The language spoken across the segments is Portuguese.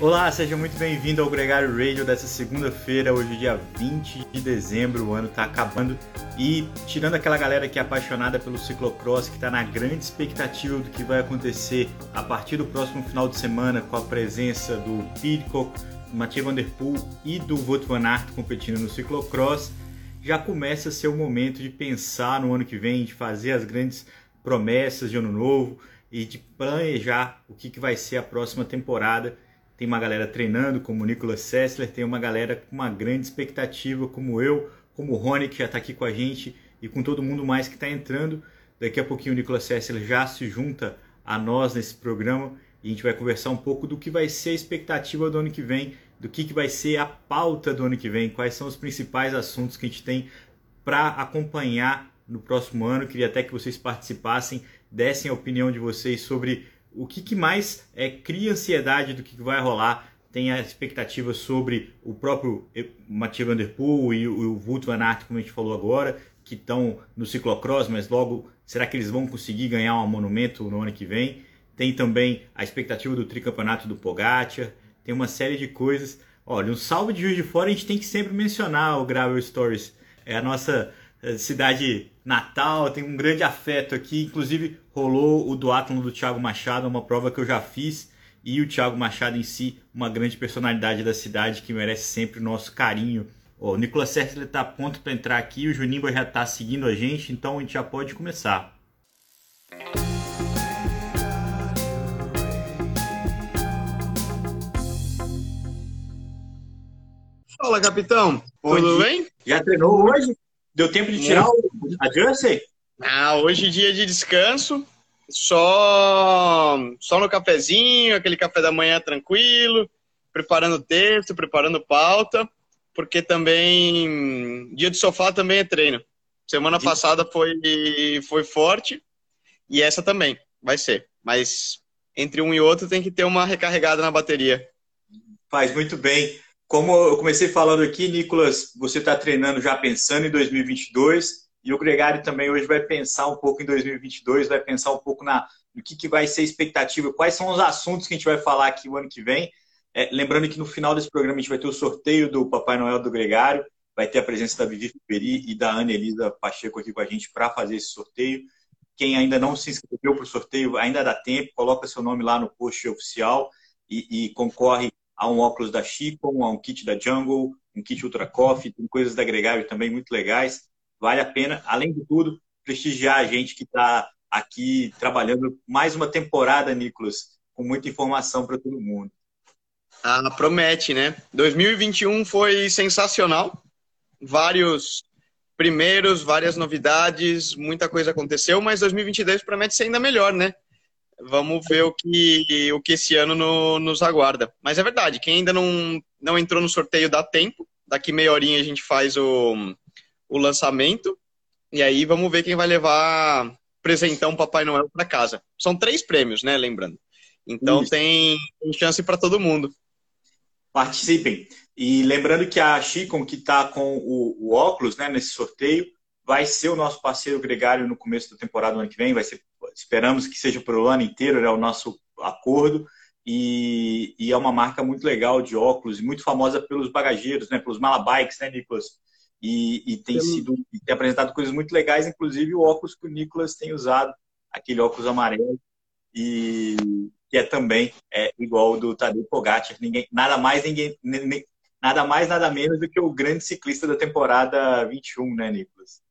Olá, seja muito bem-vindo ao Gregário Radio dessa segunda-feira, hoje dia 20 de dezembro, o ano está acabando e tirando aquela galera que é apaixonada pelo ciclocross, que está na grande expectativa do que vai acontecer a partir do próximo final de semana com a presença do Pidcock, do Mathieu Van Der Poel e do Wout van Aert competindo no ciclocross, já começa a ser o momento de pensar no ano que vem, de fazer as grandes promessas de ano novo e de planejar o que vai ser a próxima temporada. Tem uma galera treinando, como o Nicolas Sessler, tem uma galera com uma grande expectativa, como eu, como o Rony, que já está aqui com a gente, e com todo mundo mais que está entrando. Daqui a pouquinho o Nicolas Sessler já se junta a nós nesse programa, e a gente vai conversar um pouco do que vai ser a expectativa do ano que vem, do que vai ser a pauta do ano que vem, quais são os principais assuntos que a gente tem para acompanhar no próximo ano. Queria até que vocês participassem, dessem a opinião de vocês sobre o que mais cria ansiedade do que vai rolar. Tem a expectativa sobre o próprio Mathieu Van Der Poel e o Wout van Aert, como a gente falou agora, que estão no ciclocross, mas logo, será que eles vão conseguir ganhar um monumento no ano que vem? Tem também a expectativa do tricampeonato do Pogacar, tem uma série de coisas. Olha, um salve de Juiz de Fora a gente tem que sempre mencionar o Gravel Stories. É a nossa cidade natal, tem um grande afeto aqui. Inclusive rolou o duatlon do Thiago Machado, uma prova que eu já fiz, e o Thiago Machado em si, uma grande personalidade da cidade que merece sempre o nosso carinho. O Nicolas Sessler está a ponto para entrar aqui, o Juninho já está seguindo a gente, então a gente já pode começar. Fala, capitão. Tudo bem? Já treinou hoje? Deu tempo de tirar a jersey? Hoje é dia de descanso, só no cafezinho, aquele café da manhã tranquilo, preparando texto, preparando pauta, porque também dia de sofá também é treino. Semana passada foi forte e essa também vai ser, mas entre um e outro tem que ter uma recarregada na bateria. Faz muito bem. Como eu comecei falando aqui, Nicolas, você está treinando já pensando em 2022 e o Gregário também hoje vai pensar um pouco em 2022, vai pensar um pouco no que vai ser a expectativa, quais são os assuntos que a gente vai falar aqui o ano que vem. Lembrando que no final desse programa a gente vai ter o sorteio do Papai Noel do Gregário, vai ter a presença da Vivi Peri e da Ana Elisa Pacheco aqui com a gente para fazer esse sorteio. Quem ainda não se inscreveu para o sorteio, ainda dá tempo, coloca seu nome lá no post oficial e concorre a um óculos da Chicon, a um kit da Jungle, um kit Ultra Coffee, tem coisas da Gregário também muito legais. Vale a pena, além de tudo, prestigiar a gente que está aqui trabalhando mais uma temporada, Nicolas, com muita informação para todo mundo. Promete, né? 2021 foi sensacional. Vários primeiros, várias novidades, muita coisa aconteceu, mas 2022 promete ser ainda melhor, né? Vamos ver o que esse ano nos aguarda. Mas é verdade, quem ainda não entrou no sorteio dá tempo. Daqui meia horinha a gente faz o lançamento. E aí vamos ver quem vai levar presentão Papai Noel para casa. São 3 prêmios, né? Lembrando. Então tem chance para todo mundo. Participem. E lembrando que a Chicon, que está com o óculos, né, nesse sorteio, vai ser o nosso parceiro Gregário no começo da temporada do ano que vem. Vai ser, esperamos que seja para o ano inteiro, né, o nosso acordo. E é uma marca muito legal de óculos e muito famosa pelos bagageiros, né, pelos malabikes, né, Nicolas? E tem apresentado coisas muito legais, inclusive o óculos que o Nicolas tem usado, aquele óculos amarelo, e que é também igual ao do Tadej Pogacar. Nada mais, nada menos do que o grande ciclista da temporada 21, né, Nicolas?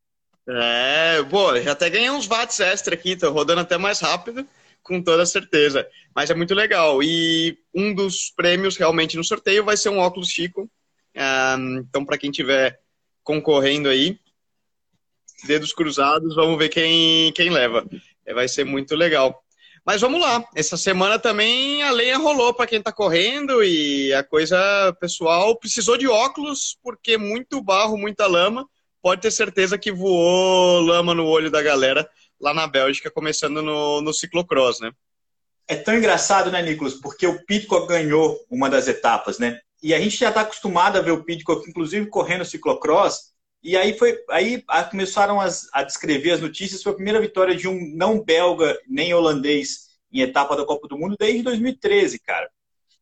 Já até ganhei uns watts extra aqui, tô rodando até mais rápido, com toda certeza. Mas é muito legal. E um dos prêmios realmente no sorteio vai ser um óculos Chico. Então, para quem tiver concorrendo aí, dedos cruzados, vamos ver quem leva. Vai ser muito legal. Mas vamos lá, essa semana também a lenha rolou para quem tá correndo e a coisa pessoal precisou de óculos, porque muito barro, muita lama. Pode ter certeza que voou lama no olho da galera lá na Bélgica, começando no ciclocross, né? É tão engraçado, né, Nicolas? Porque o Pidcock ganhou uma das etapas, né? E a gente já está acostumado a ver o Pidcock, inclusive, correndo ciclocross. E aí começaram a descrever as notícias. Foi a primeira vitória de um não belga nem holandês em etapa da Copa do Mundo desde 2013, cara.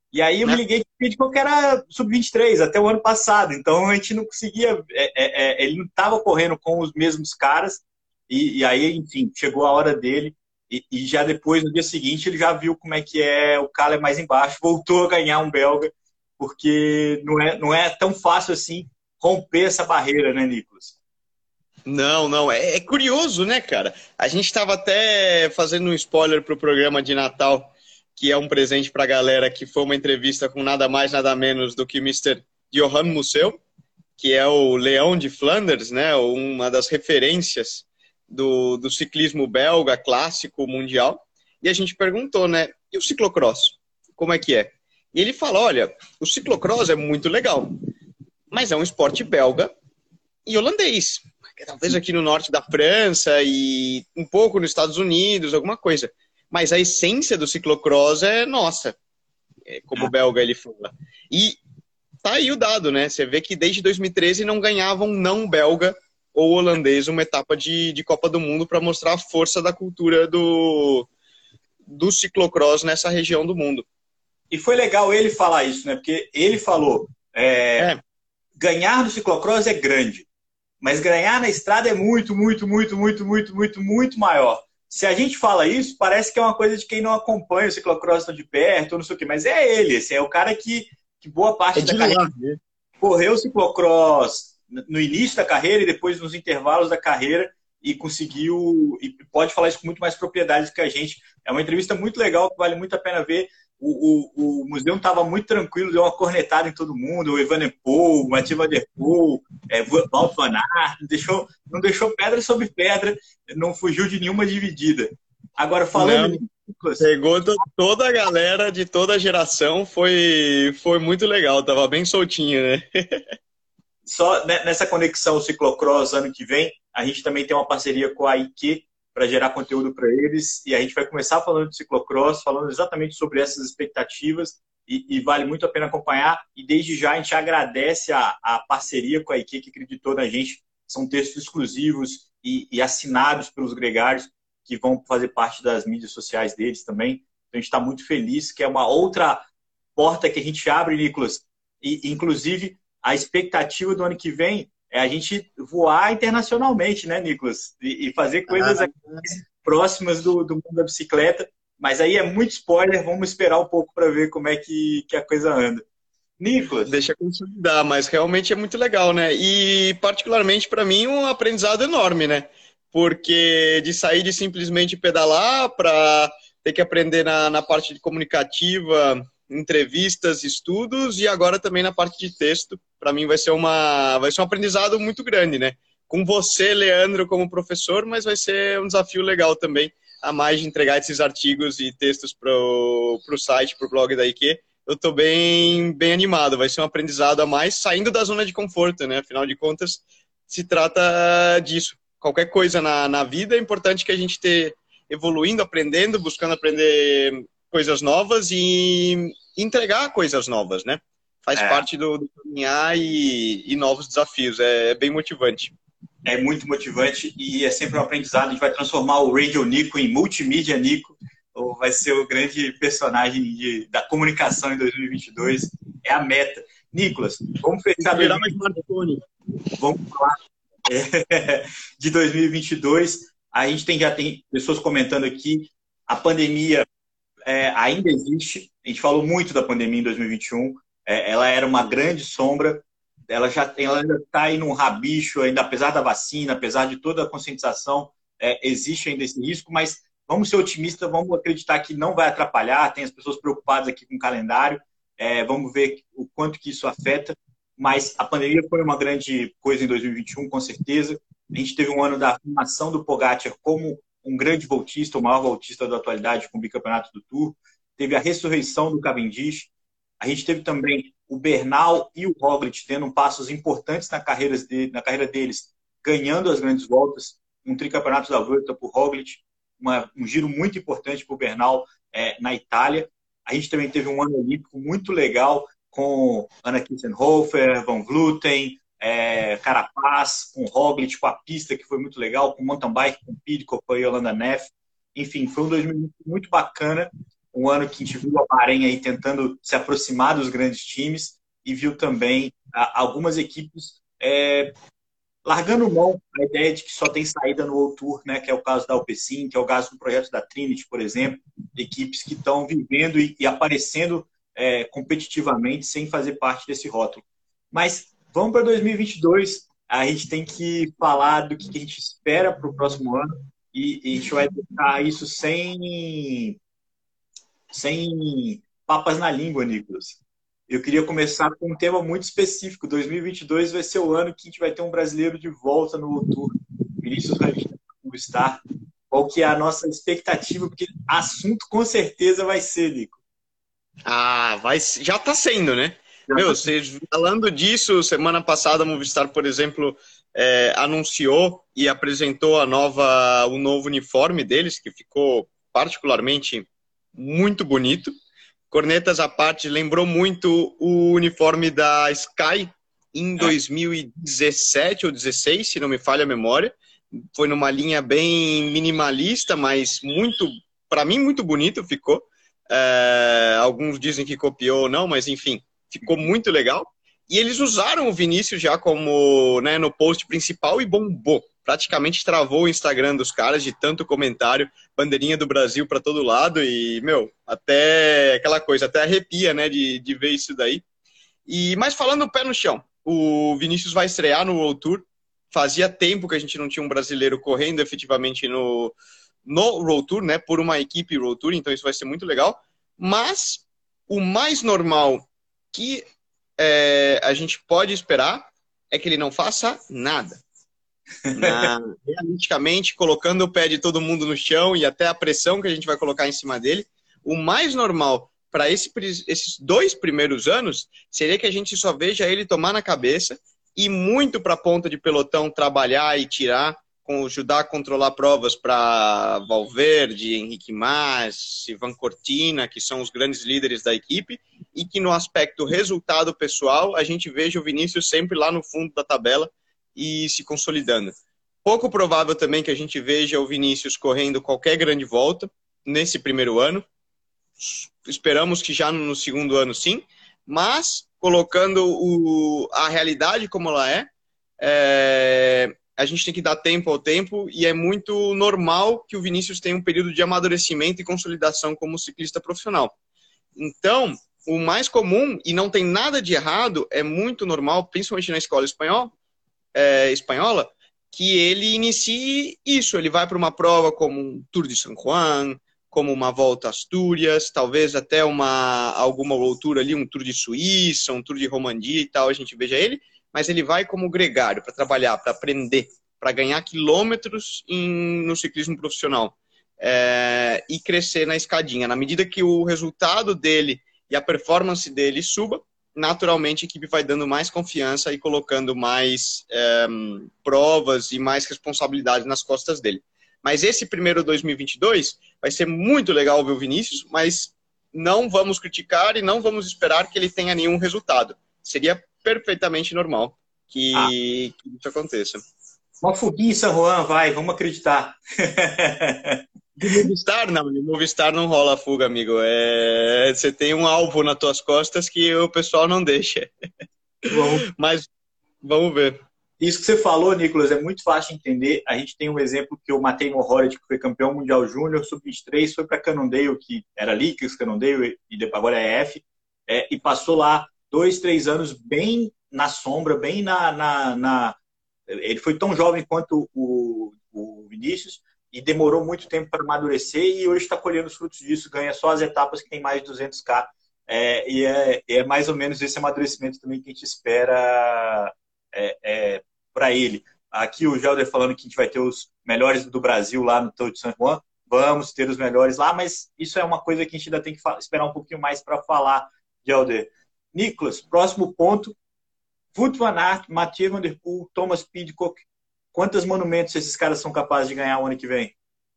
E aí eu me né? liguei que o Pitcock era sub-23 até o ano passado, então a gente não conseguia, ele não estava correndo com os mesmos caras, e aí, enfim, chegou a hora dele, e já depois, no dia seguinte, ele já viu como é que é, o Cala é mais embaixo, voltou a ganhar um belga, porque não é tão fácil assim romper essa barreira, né, Nicolas? Não, não, é curioso, né, cara? A gente estava até fazendo um spoiler pro programa de Natal, que é um presente pra galera, que foi uma entrevista com nada mais, nada menos do que Mister Johan Museeuw, que é o Leão de Flanders, né? Uma das referências do ciclismo belga clássico mundial. E a gente perguntou, né? E o ciclocross? Como é que é? E ele fala, olha, o ciclocross é muito legal, mas é um esporte belga e holandês. Talvez aqui no norte da França e um pouco nos Estados Unidos, alguma coisa. Mas a essência do ciclocross é nossa, como o belga ele fala. E tá aí o dado, né? Você vê que desde 2013 não ganhava um não belga ou holandês uma etapa de Copa do Mundo para mostrar a força da cultura do ciclocross nessa região do mundo. E foi legal ele falar isso, né? Porque ele falou, É, ganhar no ciclocross é grande, mas ganhar na estrada é muito, muito, muito, muito, muito, muito, muito maior. Se a gente fala isso, parece que é uma coisa de quem não acompanha o ciclocross tão de perto, ou não sei o quê, mas é ele, esse é o cara que boa é parte da de carreira lá, né? correu o ciclocross no início da carreira e depois nos intervalos da carreira e conseguiu, e pode falar isso com muito mais propriedade que a gente. É uma entrevista muito legal, que vale muito a pena ver. O museu estava muito tranquilo, deu uma cornetada em todo mundo, o Evenepoel, o Mathieu Van Der Poel, Wout van Aert, não deixou pedra sobre pedra, não fugiu de nenhuma dividida. Agora, falando Não, Nicolas, pegou toda a galera de toda a geração, foi muito legal, tava bem soltinho, né? só nessa conexão ciclocross ano que vem, a gente também tem uma parceria com a IQ para gerar conteúdo para eles e a gente vai começar falando de ciclocross, falando exatamente sobre essas expectativas e vale muito a pena acompanhar e desde já a gente agradece a parceria com a IQ que acreditou na gente, são textos exclusivos e assinados pelos gregários que vão fazer parte das mídias sociais deles também, então a gente está muito feliz que é uma outra porta que a gente abre, Nicolas, e inclusive a expectativa do ano que vem é a gente voar internacionalmente, né, Nicolas? E fazer coisas Ah, próximas do mundo da bicicleta. Mas aí é muito spoiler, vamos esperar um pouco para ver como é que a coisa anda. Nicolas, deixa consolidar, mas realmente é muito legal, né? E particularmente para mim um aprendizado enorme, né? Porque de sair de simplesmente pedalar para ter que aprender na parte de comunicativa, entrevistas, estudos e agora também na parte de texto, para mim vai ser um aprendizado muito grande, né? Com você, Leandro, como professor, mas vai ser um desafio legal também, a mais de entregar esses artigos e textos para o site, para o blog da IQ. Eu estou bem animado, vai ser um aprendizado a mais, saindo da zona de conforto, né? Afinal de contas, se trata disso. Qualquer coisa na vida é importante que a gente esteja evoluindo, aprendendo, buscando aprender coisas novas e entregar coisas novas, né? Faz é, parte do caminhar e novos desafios, é bem motivante. é muito motivante e é sempre um aprendizado. A gente vai transformar o Radio Nico em Multimídia Nico, ou vai ser o grande personagem da comunicação em 2022. É a meta. Nicolas, vamos fechar Virar mais smartphone. vamos falar de 2022. A gente já tem pessoas comentando aqui, a pandemia ainda existe. A gente falou muito da pandemia em 2021. Ela era uma grande sombra. Ela ainda está aí num rabicho, ainda, apesar da vacina, apesar de toda a conscientização, existe ainda esse risco, mas vamos ser otimistas, vamos acreditar que não vai atrapalhar. Tem as pessoas preocupadas aqui com o calendário. Vamos ver o quanto que isso afeta. Mas a pandemia foi uma grande coisa em 2021, com certeza. A gente teve um ano da afirmação do Pogacar como um grande voltista, o maior voltista da atualidade com o bicampeonato do Tour. Teve a ressurreição do Cavendish. A gente teve também o Bernal e o Roglic tendo passos importantes na carreira deles, ganhando as grandes voltas. Um tricampeonato da Volta para o Roglic, um giro muito importante para o Bernal na Itália. A gente também teve um ano olímpico muito legal com Anna Kissenhofer, Van Vleuten, Carapaz, com Roglic, com a pista, que foi muito legal, com mountain bike, com Pidcock e Yolanda Neff. Enfim, foi um 2020 muito bacana, um ano que a gente viu a Bahrein aí tentando se aproximar dos grandes times e viu também algumas equipes largando mão a ideia de que só tem saída no World Tour, né, que é o caso da Alpecin, que é o caso do projeto da Trinity, por exemplo, equipes que estão vivendo e aparecendo competitivamente sem fazer parte desse rótulo. Mas vamos para 2022, a gente tem que falar do que a gente espera para o próximo ano e a gente vai deixar isso sem papas na língua, Nicolas. Eu queria começar com um tema muito específico. 2022 vai ser o ano que a gente vai ter um brasileiro de volta no World Tour. Vinícius vai estar. Qual que é a nossa expectativa? Porque assunto com certeza vai ser, Nico. Já está sendo, né? Vocês falando disso, semana passada a Movistar, por exemplo, anunciou e apresentou o novo uniforme deles, que ficou particularmente muito bonito. Cornetas à parte, lembrou muito o uniforme da Sky em 2017 ou 2016, se não me falha a memória. Foi numa linha bem minimalista, mas para mim, muito bonito ficou. Alguns dizem que copiou ou não, mas enfim, ficou muito legal. E eles usaram o Vinícius já como, né, no post principal e bombou. Praticamente travou o Instagram dos caras de tanto comentário, bandeirinha do Brasil para todo lado e, até aquela coisa, até arrepia, né, de ver isso daí. Mas falando o pé no chão, o Vinícius vai estrear no World Tour. Fazia tempo que a gente não tinha um brasileiro correndo efetivamente no World Tour, né, por uma equipe World Tour, então isso vai ser muito legal. Mas o mais normal que a gente pode esperar é que ele não faça nada. Realisticamente, colocando o pé de todo mundo no chão e até a pressão que a gente vai colocar em cima dele, o mais normal para esses 2 primeiros anos seria que a gente só veja ele tomar na cabeça e muito para a ponta de pelotão trabalhar e tirar, ajudar a controlar provas para Valverde, Henrique Mas, Ivan Cortina, que são os grandes líderes da equipe, e que no aspecto resultado pessoal a gente veja o Vinícius sempre lá no fundo da tabela e se consolidando. Pouco provável também que a gente veja o Vinícius correndo qualquer grande volta nesse primeiro ano. Esperamos que já no segundo ano sim, mas colocando a realidade como ela a gente tem que dar tempo ao tempo e é muito normal que o Vinícius tenha um período de amadurecimento e consolidação como ciclista profissional. Então, o mais comum, e não tem nada de errado, é muito normal, principalmente na escola espanhola, que ele inicie isso. Ele vai para uma prova como um Tour de San Juan, como uma Volta a Astúrias, talvez até alguma World Tour ali, um Tour de Suíça, um Tour de Romandie e tal, a gente veja ele, mas ele vai como gregário, para trabalhar, para aprender, para ganhar quilômetros no ciclismo profissional e crescer na escadinha. Na medida que o resultado dele e a performance dele suba, naturalmente a equipe vai dando mais confiança e colocando mais provas e mais responsabilidade nas costas dele. Mas esse primeiro 2022 vai ser muito legal ver o Vinícius, mas não vamos criticar e não vamos esperar que ele tenha nenhum resultado. Seria perfeitamente normal que isso aconteça. Uma fuguinha em San Juan, vamos acreditar. De Movistar, não. De Movistar não rola fuga, amigo. Você tem um alvo nas tuas costas que o pessoal não deixa. Mas vamos ver. Isso que você falou, Nicolas, é muito fácil de entender. A gente tem um exemplo que o Matej Mohoric, que foi campeão mundial júnior, sub-23, foi para Cannondale, que era Liquids, Cannondale, e agora é F, e passou lá 2, 3 anos bem na sombra, bem Ele foi tão jovem quanto o Vinícius e demorou muito tempo para amadurecer e hoje está colhendo os frutos disso, ganha só as etapas que tem mais de 200K. É mais ou menos esse amadurecimento também que a gente espera para ele. Aqui o Gelder falando que a gente vai ter os melhores do Brasil lá no Tour de San Juan. Vamos ter os melhores lá, mas isso é uma coisa que a gente ainda tem que esperar um pouquinho mais para falar, Gelder. Nicolas, próximo ponto. Wout van Aert, Mathieu Van Der Poel, Thomas Pidcock. Quantos monumentos esses caras são capazes de ganhar o ano que vem?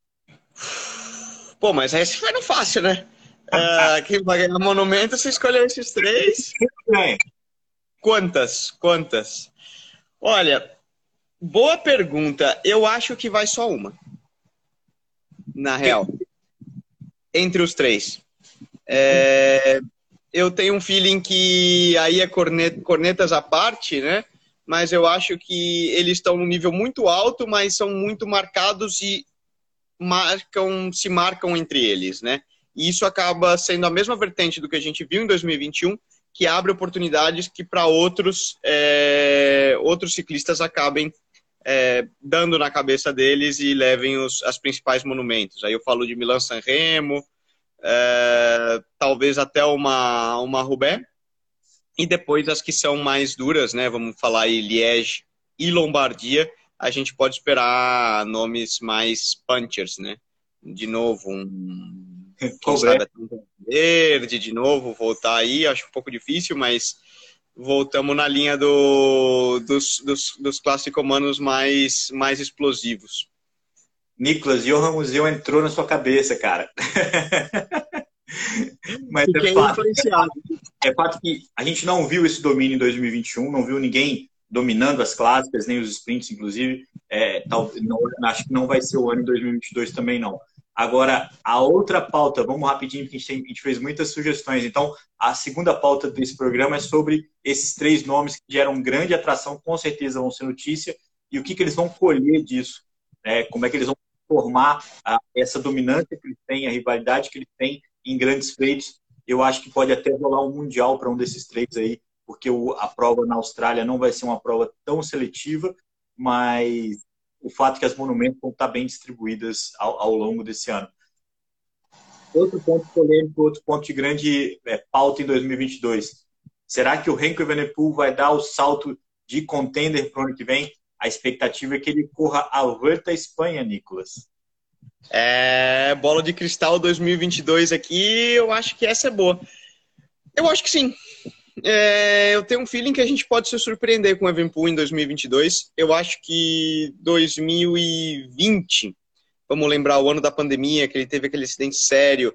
Pô, mas esse foi no fácil, né? Quem vai ganhar monumento, você escolheu esses 3. Quantas? Olha, boa pergunta. Eu acho que vai só uma. Na real. Entre os 3. Eu tenho um feeling que aí é cornetas à parte, né? Mas eu acho que eles estão num nível muito alto, mas são muito marcados e se marcam entre eles, né? E isso acaba sendo a mesma vertente do que a gente viu em 2021, que abre oportunidades que para outros ciclistas acabem dando na cabeça deles e levem as principais monumentos. Aí eu falo de Milan-San Remo, talvez até uma Roubaix, e depois as que são mais duras, né? Vamos falar aí Liège e Lombardia, a gente pode esperar nomes mais punchers, né? De novo, quem sabe até um verde, de novo, voltar aí, acho um pouco difícil, mas voltamos na linha dos classicomanos mais explosivos. Nicolas, Johan Museeuw entrou na sua cabeça, cara. Mas fiquei influenciado. É fato que a gente não viu esse domínio em 2021, não viu ninguém dominando as clássicas, nem os sprints, inclusive. Acho que não vai ser o ano em 2022 também, não. Agora, a outra pauta, vamos rapidinho, porque a gente fez muitas sugestões. Então, a segunda pauta desse programa é sobre esses 3 nomes que geram grande atração, com certeza vão ser notícia, e o que eles vão colher disso, como é que eles vão formar essa dominância que eles têm, a rivalidade que eles têm em grandes feitos. Eu acho que pode até rolar um mundial para um desses 3 aí, porque a prova na Austrália não vai ser uma prova tão seletiva, mas o fato que as monumentos vão estar bem distribuídas ao longo desse ano. Outro ponto polêmico, outro ponto de grande pauta em 2022. Será que o Remco Evenepoel vai dar o salto de contender para o ano que vem? A expectativa é que ele corra a Volta à Espanha, Nicolas. Bola de cristal 2022 aqui, eu acho que essa é boa. Eu acho que sim. Eu tenho um feeling que a gente pode se surpreender com o Evenepoel em 2022. Eu acho que 2020, vamos lembrar o ano da pandemia, que ele teve aquele acidente sério,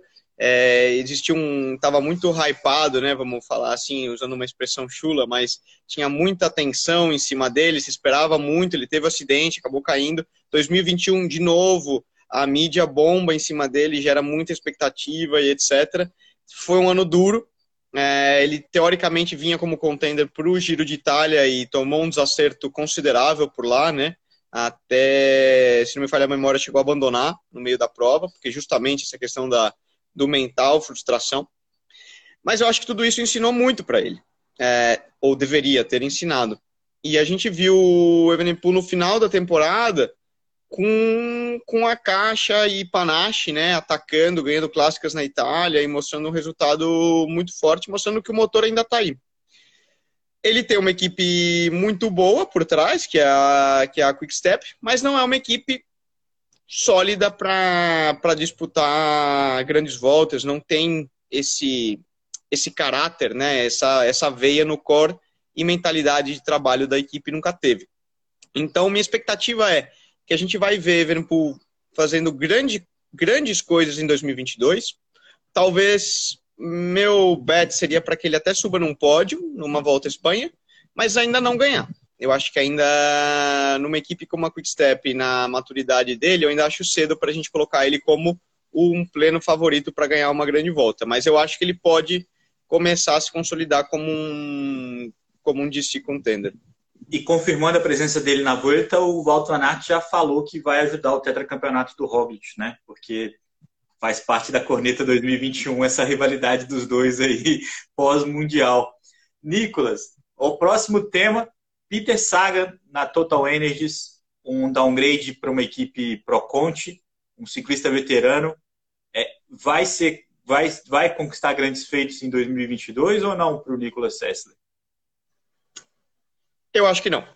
estava muito hypado, né? Vamos falar assim, usando uma expressão chula, mas tinha muita atenção em cima dele, se esperava muito, ele teve um acidente, acabou caindo. 2021, de novo, a mídia bomba em cima dele, gera muita expectativa e etc. Foi um ano duro. Ele teoricamente vinha como contender para o Giro de Itália e tomou um desacerto considerável por lá, né? Até, se não me falha a memória, chegou a abandonar no meio da prova, porque justamente essa questão do mental, frustração. Mas eu acho que tudo isso ensinou muito para ele, ou deveria ter ensinado. E a gente viu o Evenepoel no final da temporada com a caixa e panache, né, atacando, ganhando clássicas na Itália e mostrando um resultado muito forte, mostrando que o motor ainda está aí. Ele tem uma equipe muito boa por trás, que é a Quick Step, mas não é uma equipe sólida para disputar grandes voltas, não tem esse caráter, né, essa veia no core e mentalidade de trabalho da equipe nunca teve. Então, minha expectativa é que a gente vai ver Evenepoel fazendo grandes coisas em 2022. Talvez meu bet seria para que ele até suba num pódio, numa Volta à Espanha, mas ainda não ganhar. Eu acho que ainda numa equipe como a Quick Step, na maturidade dele, eu ainda acho cedo para a gente colocar ele como um pleno favorito para ganhar uma grande volta. Mas eu acho que ele pode começar a se consolidar como um DC contender. E confirmando a presença dele na Volta, o Wout van Aert já falou que vai ajudar o tetracampeonato do Roglic, né? Porque faz parte da corneta 2021 essa rivalidade dos dois aí pós-mundial. Nicolas, o próximo tema, Peter Sagan na Total Energies, um downgrade para uma equipe Pro Conti, um ciclista veterano. Vai conquistar grandes feitos em 2022 ou não para o Nicolas Sessler? Eu acho que não.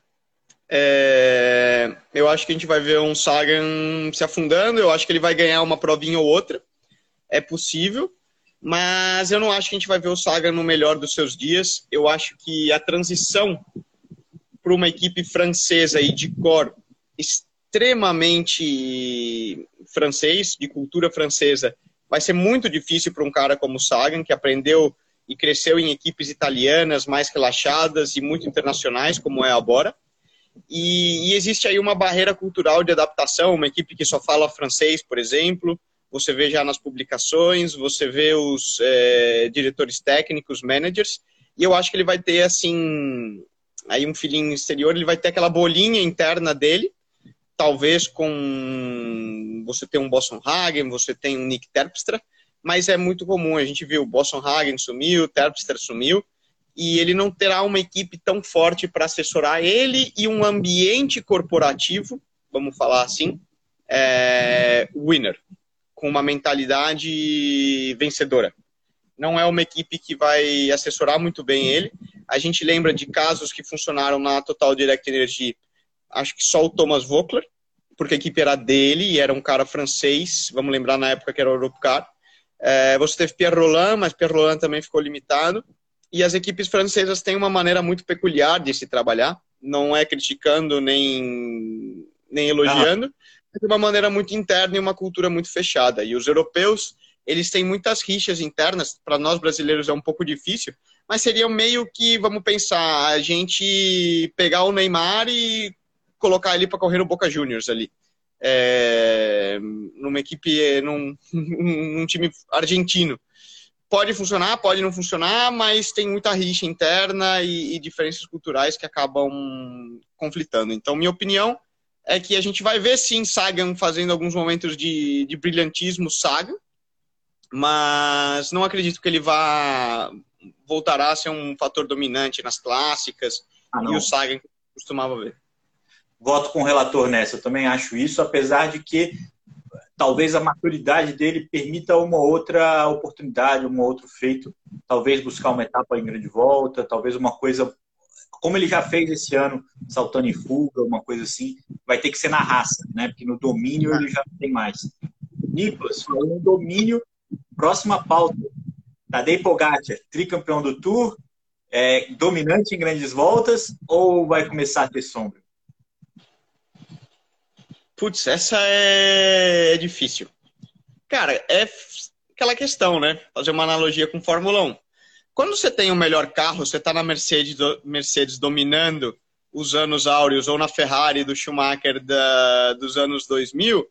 Eu acho que a gente vai ver um Sagan se afundando. Eu acho que ele vai ganhar uma provinha ou outra. É possível. Mas eu não acho que a gente vai ver o Sagan no melhor dos seus dias. Eu acho que a transição para uma equipe francesa e de core extremamente francês, de cultura francesa, vai ser muito difícil para um cara como o Sagan, que aprendeu e cresceu em equipes italianas mais relaxadas e muito internacionais, como é a Bora. E existe aí uma barreira cultural de adaptação, uma equipe que só fala francês, por exemplo, você vê já nas publicações, você vê os diretores técnicos, managers, e eu acho que ele vai ter, assim, aí um filhinho exterior, ele vai ter aquela bolinha interna dele, talvez com você tem um Boston Hagen, você tem um Nick Terpstra, mas é muito comum, a gente viu o Boston Hagen sumiu, o Terpstra sumiu, e ele não terá uma equipe tão forte para assessorar ele e um ambiente corporativo, vamos falar assim, winner, com uma mentalidade vencedora. Não é uma equipe que vai assessorar muito bem ele. A gente lembra de casos que funcionaram na Total Direct Energy, acho que só o Thomas Voeckler, porque a equipe era dele e era um cara francês, vamos lembrar na época que era o Europcar. Você teve Pierre Rolland, mas Pierre Rolland também ficou limitado. E as equipes francesas têm uma maneira muito peculiar de se trabalhar, não é criticando nem elogiando, mas de uma maneira muito interna e uma cultura muito fechada. E os europeus, eles têm muitas rixas internas, para nós brasileiros é um pouco difícil, mas seria meio que, vamos pensar, a gente pegar o Neymar e colocar ele para correr no Boca Juniors ali. Numa equipe, num time argentino. Pode funcionar, pode não funcionar, mas tem muita rixa interna e diferenças culturais que acabam conflitando. Então, minha opinião é que a gente vai ver, sim, Sagan fazendo alguns momentos de brilhantismo, Sagan, mas não acredito que ele voltará a ser um fator dominante nas clássicas e o Sagan que costumava ver. Voto com o relator nessa, eu também acho isso, apesar de que talvez a maturidade dele permita uma outra oportunidade, um outro feito, talvez buscar uma etapa em grande volta, talvez uma coisa, como ele já fez esse ano, saltando em fuga, uma coisa assim, vai ter que ser na raça, né? Porque no domínio ele já não tem mais. Nicolas, falando em domínio, próxima pauta, Tadej Pogačar, tricampeão do Tour, dominante em grandes voltas, ou vai começar a ter sombra? Putz, essa é difícil. Cara, é aquela questão, né? Fazer uma analogia com Fórmula 1. Quando você tem o melhor carro, você está na Mercedes dominando os anos áureos, ou na Ferrari do Schumacher dos anos 2000,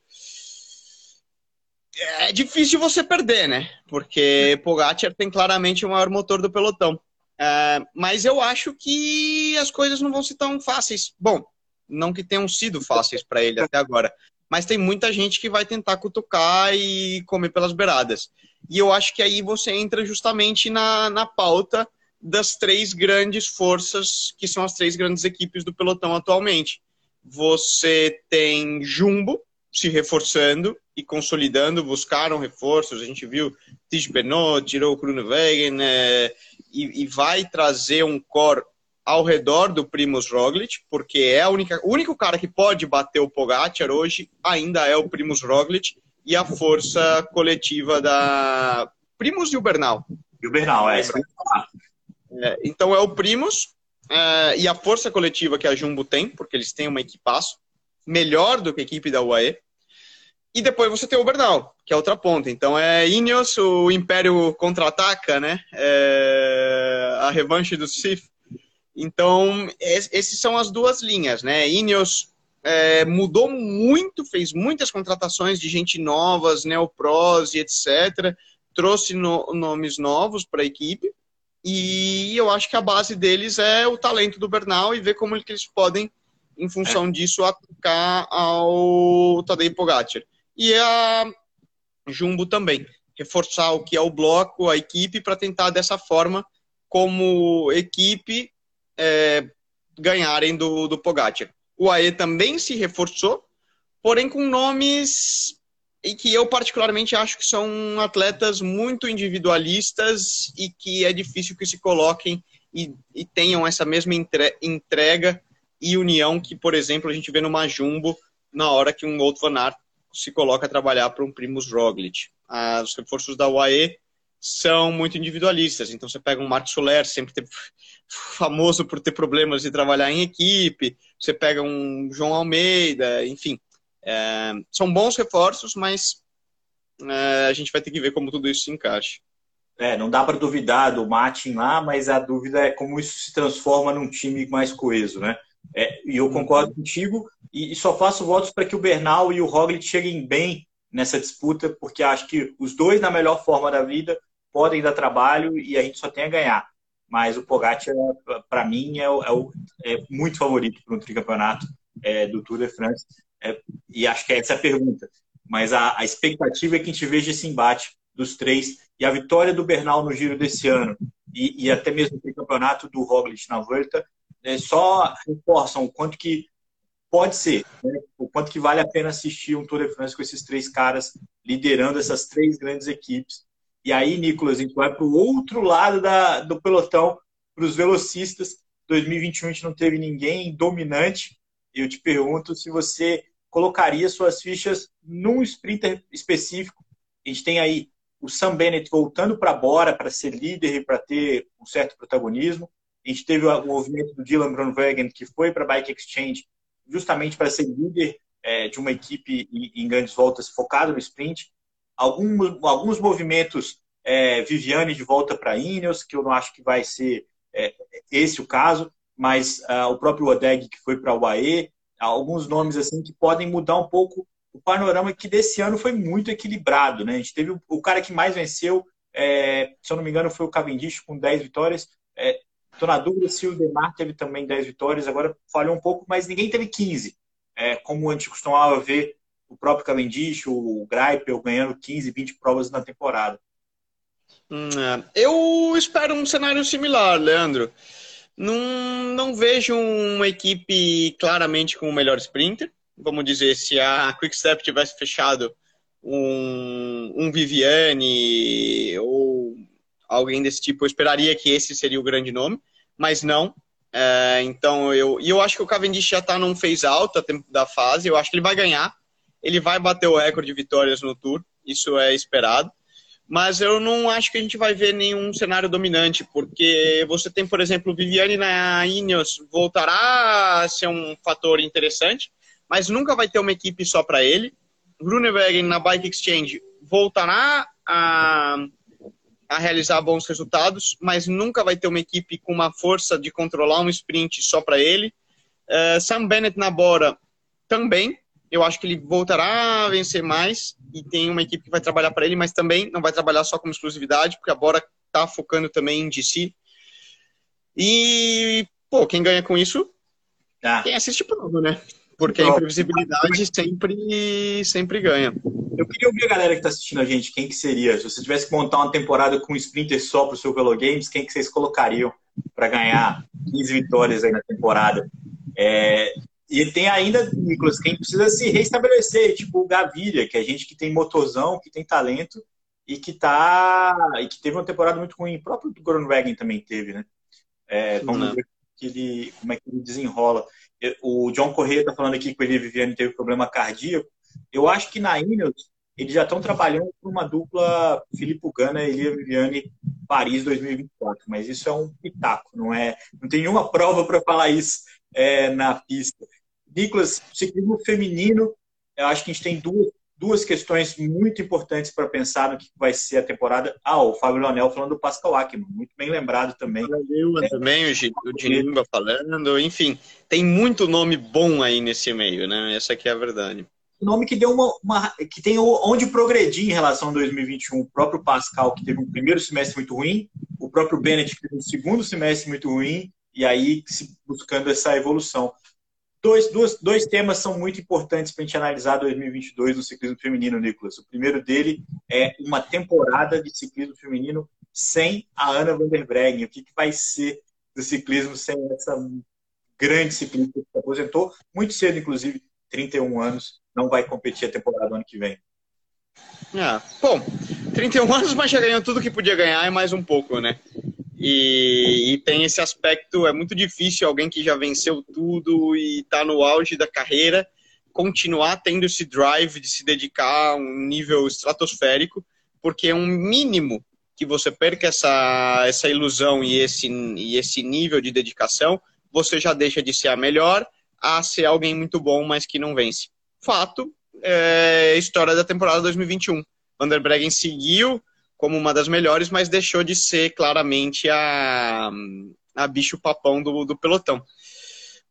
é difícil você perder, né? Porque Pogačar tem claramente o maior motor do pelotão. Mas eu acho que as coisas não vão ser tão fáceis. Bom, não que tenham sido fáceis para ele até agora, mas tem muita gente que vai tentar cutucar e comer pelas beiradas. E eu acho que aí você entra justamente na pauta das três grandes forças, que são as três grandes equipes do pelotão atualmente. Você tem Jumbo se reforçando e consolidando, buscaram reforços, a gente viu Tiesj Benoot, tirou o Groenewegen, e vai trazer um core ao redor do Primož Roglic, porque é o único cara que pode bater o Pogačar hoje ainda é o Primož Roglic e a força coletiva da Primož e o Bernal. E o Bernal, isso. Então é o Primož e a força coletiva que a Jumbo tem, porque eles têm uma equipaço melhor do que a equipe da UAE. E depois você tem o Bernal, que é outra ponta. Então é Ineos, o Império contra-ataca, né? A revanche do Sif. Então, essas são as duas linhas, né? Ineos mudou muito, fez muitas contratações de gente novas, neopros e etc. Trouxe nomes novos para a equipe. E eu acho que a base deles é o talento do Bernal e ver como que eles podem, em função disso, atacar ao Tadej Pogačar. E a Jumbo também. Reforçar o que é o bloco, a equipe, para tentar dessa forma, como equipe, ganharem do Pogačar. O AE também se reforçou, porém com nomes em que eu particularmente acho que são atletas muito individualistas e que é difícil que se coloquem e tenham essa mesma entrega e união que, por exemplo, a gente vê numa Jumbo na hora que um Wout van Aert se coloca a trabalhar para um Primož Roglic. Os reforços da UAE são muito individualistas. Então você pega um Marc Soler, sempre famoso por ter problemas de trabalhar em equipe. Você pega um João Almeida, enfim. São bons reforços, mas a gente vai ter que ver como tudo isso se encaixa. Não dá para duvidar do Martin lá, mas a dúvida é como isso se transforma num time mais coeso, né? E eu concordo contigo e só faço votos para que o Bernal e o Roglic cheguem bem nessa disputa, porque acho que os dois, na melhor forma da vida, podem dar trabalho e a gente só tem a ganhar. Mas o Pogacar, para mim, é muito favorito para um tricampeonato do Tour de France. E acho que essa é a pergunta. Mas a expectativa é que a gente veja esse embate dos três. E a vitória do Bernal no Giro desse ano e até mesmo o tricampeonato do Roglic na Vuelta só reforçam o quanto que pode ser, né? O quanto que vale a pena assistir um Tour de France com esses três caras liderando essas três grandes equipes. E aí, Nicolas, a gente vai para o outro lado do pelotão, para os velocistas. 2021 a gente não teve ninguém dominante. Eu te pergunto se você colocaria suas fichas num sprinter específico. A gente tem aí o Sam Bennett voltando para Bora para ser líder e para ter um certo protagonismo. A gente teve o movimento do Dylan Groenewegen, que foi para a Bike Exchange justamente para ser líder de uma equipe em grandes voltas focado no sprint. Alguns movimentos, Viviane de volta para a Ineos, que eu não acho que vai ser esse o caso, mas o próprio Odeg, que foi para a UAE, alguns nomes assim que podem mudar um pouco o panorama, que desse ano foi muito equilibrado, né? A gente teve o cara que mais venceu, se eu não me engano, foi o Cavendish com 10 vitórias. Estou na dúvida se o Demar teve também 10 vitórias, agora falhou um pouco, mas ninguém teve 15. Como a gente costumava ver o próprio Cavendish, o Greipel ganhando 15, 20 provas na temporada. Eu espero um cenário similar, Leandro. Não vejo uma equipe claramente com o melhor sprinter. Vamos dizer, se a Quick-Step tivesse fechado um Viviane ou alguém desse tipo, eu esperaria que esse seria o grande nome, mas não. Então, eu acho que o Cavendish já está num phase alto da fase, eu acho que ele vai ganhar, ele vai bater o recorde de vitórias no Tour, isso é esperado, mas eu não acho que a gente vai ver nenhum cenário dominante, porque você tem, por exemplo, o Viviane na Ineos, voltará a ser um fator interessante, mas nunca vai ter uma equipe só para ele. Groenewegen na Bike Exchange voltará a realizar bons resultados, mas nunca vai ter uma equipe com uma força de controlar um sprint só para ele. Sam Bennett na Bora também, eu acho que ele voltará a vencer mais e tem uma equipe que vai trabalhar para ele, mas também não vai trabalhar só como exclusividade, porque a Bora está focando também em GC. E, quem ganha com isso? Quem assiste prova, né? Porque a imprevisibilidade sempre ganha. Eu queria ouvir a galera que está assistindo a gente, quem que seria? Se você tivesse que montar uma temporada com um sprinter só para o seu Velo Games, quem que vocês colocariam para ganhar 15 vitórias aí na temporada? E tem ainda, Nicolas, quem precisa se restabelecer, tipo o Gaviria, que é gente que tem motorzão, que tem talento e que teve uma temporada muito ruim. O próprio Groenewegen também teve, né? Vamos ver como é que ele desenrola. O John Corrêa está falando aqui que o Elia Viviane teve problema cardíaco. Eu acho que na Ineos eles já estão trabalhando por uma dupla Filippo Ganna e Elia Viviane Paris 2024, mas isso é um pitaco, não tem nenhuma prova para falar isso na pista. Nicolas, ciclismo feminino, eu acho que a gente tem duas questões muito importantes para pensar no que vai ser a temporada. O Fábio Leonel falando do Pascal Ackermann, muito bem lembrado também. Também o Dinimba falando, enfim, tem muito nome bom aí nesse meio, né? Essa aqui é a verdade. O nome que deu que tem onde progredir em relação a 2021, o próprio Pascal, que teve um primeiro semestre muito ruim, o próprio Bennett, que teve um segundo semestre muito ruim, e aí buscando essa evolução. Dois temas são muito importantes para a gente analisar 2022 no ciclismo feminino, Nicolas. O primeiro dele é uma temporada de ciclismo feminino sem a Anna van der Breggen. O que vai ser do ciclismo sem essa grande ciclista que se aposentou muito cedo, inclusive, 31 anos, não vai competir a temporada do ano que vem. 31 anos, mas já ganhou tudo que podia ganhar e mais um pouco, né? E tem esse aspecto, é muito difícil alguém que já venceu tudo e está no auge da carreira continuar tendo esse drive de se dedicar a um nível estratosférico, porque é um mínimo que você perca essa ilusão e esse nível de dedicação, você já deixa de ser a melhor a ser alguém muito bom, mas que não vence. Fato, história da temporada 2021. Van der Breggen seguiu como uma das melhores, mas deixou de ser claramente a bicho-papão do pelotão.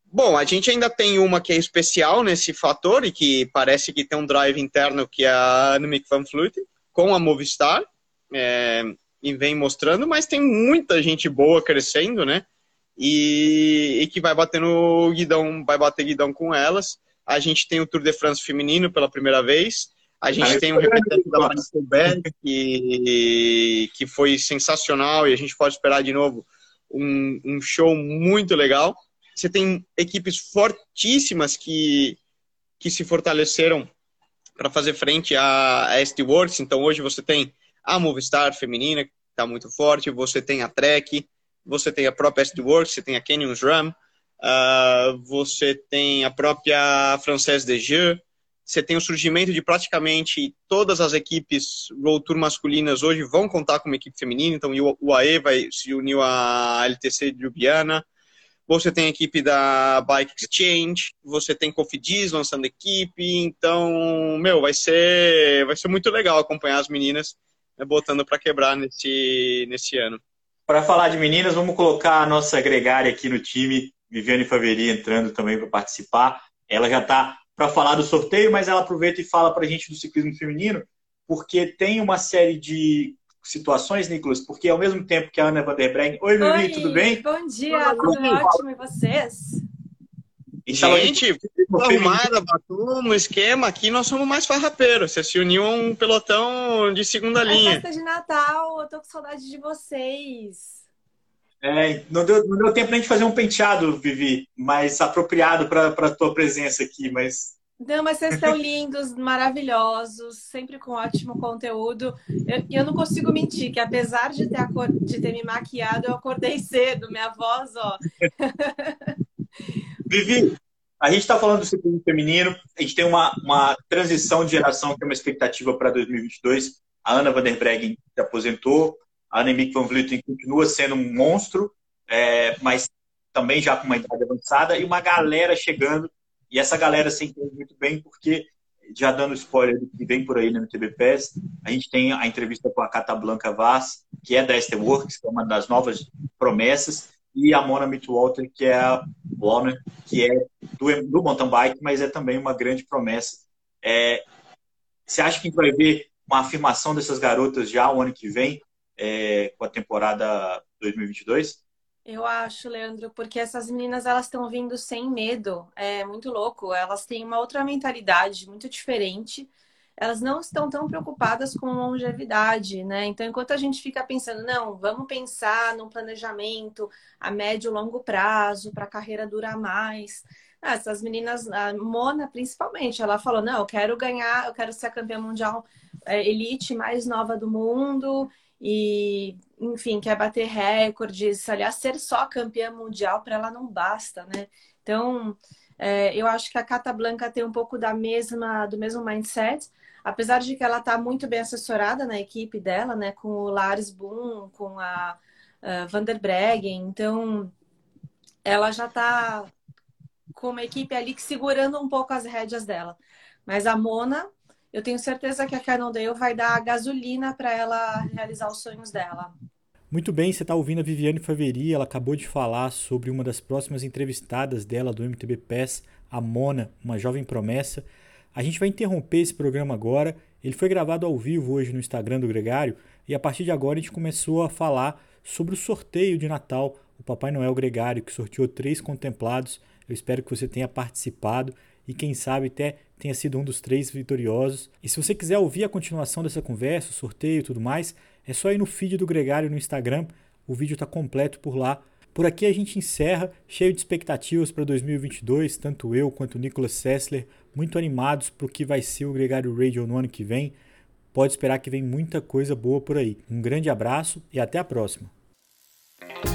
Bom, a gente ainda tem uma que é especial nesse fator e que parece que tem um drive interno, que é a Annemiek van Vleuten, com a Movistar, e vem mostrando, mas tem muita gente boa crescendo, né? E que vai bater no guidão, vai bater guidão com elas. A gente tem o Tour de France feminino pela primeira vez. A gente tem um repetente da Paris-Roubaix que foi sensacional e a gente pode esperar de novo um show muito legal. Você tem equipes fortíssimas que se fortaleceram para fazer frente à SD Works. Então hoje você tem a Movistar feminina, que está muito forte, você tem a Trek, você tem a própria SD Works, você tem a Canyon SRAM, você tem a própria Française des Jeux, você tem o surgimento de praticamente todas as equipes World Tour masculinas hoje vão contar com uma equipe feminina, então o UAE vai se unir à LTC de Ljubljana, você tem a equipe da Bike Exchange, você tem Cofidis lançando equipe, então, vai ser muito legal acompanhar as meninas, né, botando para quebrar nesse ano. Para falar de meninas, vamos colocar a nossa gregária aqui no time, Viviane Faveri, entrando também para participar. Ela já está para falar do sorteio, mas ela aproveita e fala para a gente do ciclismo feminino, porque tem uma série de situações, Nicolas, porque ao mesmo tempo que a Ana van der Breggen... Oi, Vivi, tudo bem? Bom dia, tudo ótimo, e vocês? Gente, arrumada, bateu no esquema, aqui nós somos mais farrapeiros, você se uniu a um pelotão de segunda linha. É festa de Natal, eu tô com saudade de vocês. Não deu tempo nem de fazer um penteado, Vivi, mais apropriado para a tua presença aqui, mas... Não, mas vocês estão lindos, maravilhosos, sempre com ótimo conteúdo. Eu não consigo mentir, que apesar de ter me maquiado, eu acordei cedo, minha voz, ó. Vivi, a gente está falando do ciclismo feminino, a gente tem uma transição de geração que é uma expectativa para 2022. A Ana van der Breggen se aposentou, a Annemiek van Vleuten continua sendo um monstro, mas também já com uma idade avançada, e uma galera chegando. E essa galera se entende muito bem porque, já dando spoiler do que vem por aí no MTB PES, a gente tem a entrevista com a Catablanca Vaz, que é da SD Works, que é uma das novas promessas, e a Mona Mitwalter, que é a Warner, que é do mountain bike, mas é também uma grande promessa. Você acha que a gente vai ver uma afirmação dessas garotas já o ano que vem, com a temporada 2022? Eu acho, Leandro, porque essas meninas, elas estão vindo sem medo. É muito louco. Elas têm uma outra mentalidade muito diferente. Elas não estão tão preocupadas com longevidade, né? Então, enquanto a gente fica pensando, não, vamos pensar num planejamento a médio e longo prazo, para a carreira durar mais. Essas meninas, a Mona principalmente, ela falou, não, eu quero ganhar, eu quero ser a campeã mundial elite mais nova do mundo e, enfim, quer bater recordes. Aliás, ser só campeã mundial para ela não basta, né? Então, eu acho que a Catablanca tem um pouco do mesmo mindset, apesar de que ela está muito bem assessorada na equipe dela, né? Com o Lars Boom, com a Van der Breggen. Então, ela já está com uma equipe ali que segurando um pouco as rédeas dela. Mas a Mona, eu tenho certeza que a Cannondale vai dar gasolina para ela realizar os sonhos dela. Muito bem, você está ouvindo a Viviane Faveri, ela acabou de falar sobre uma das próximas entrevistadas dela do MTB PES, a Mona, uma jovem promessa. A gente vai interromper esse programa agora, ele foi gravado ao vivo hoje no Instagram do Gregário e a partir de agora a gente começou a falar sobre o sorteio de Natal, o Papai Noel Gregário, que sorteou 3 contemplados. Eu espero que você tenha participado e quem sabe até tenha sido um dos 3 vitoriosos. E se você quiser ouvir a continuação dessa conversa, o sorteio e tudo mais, é só ir no feed do Gregário no Instagram, o vídeo está completo por lá. Por aqui a gente encerra, cheio de expectativas para 2022, tanto eu quanto o Nicolas Sessler, muito animados para o que vai ser o Gregário Radio no ano que vem. Pode esperar que vem muita coisa boa por aí. Um grande abraço e até a próxima.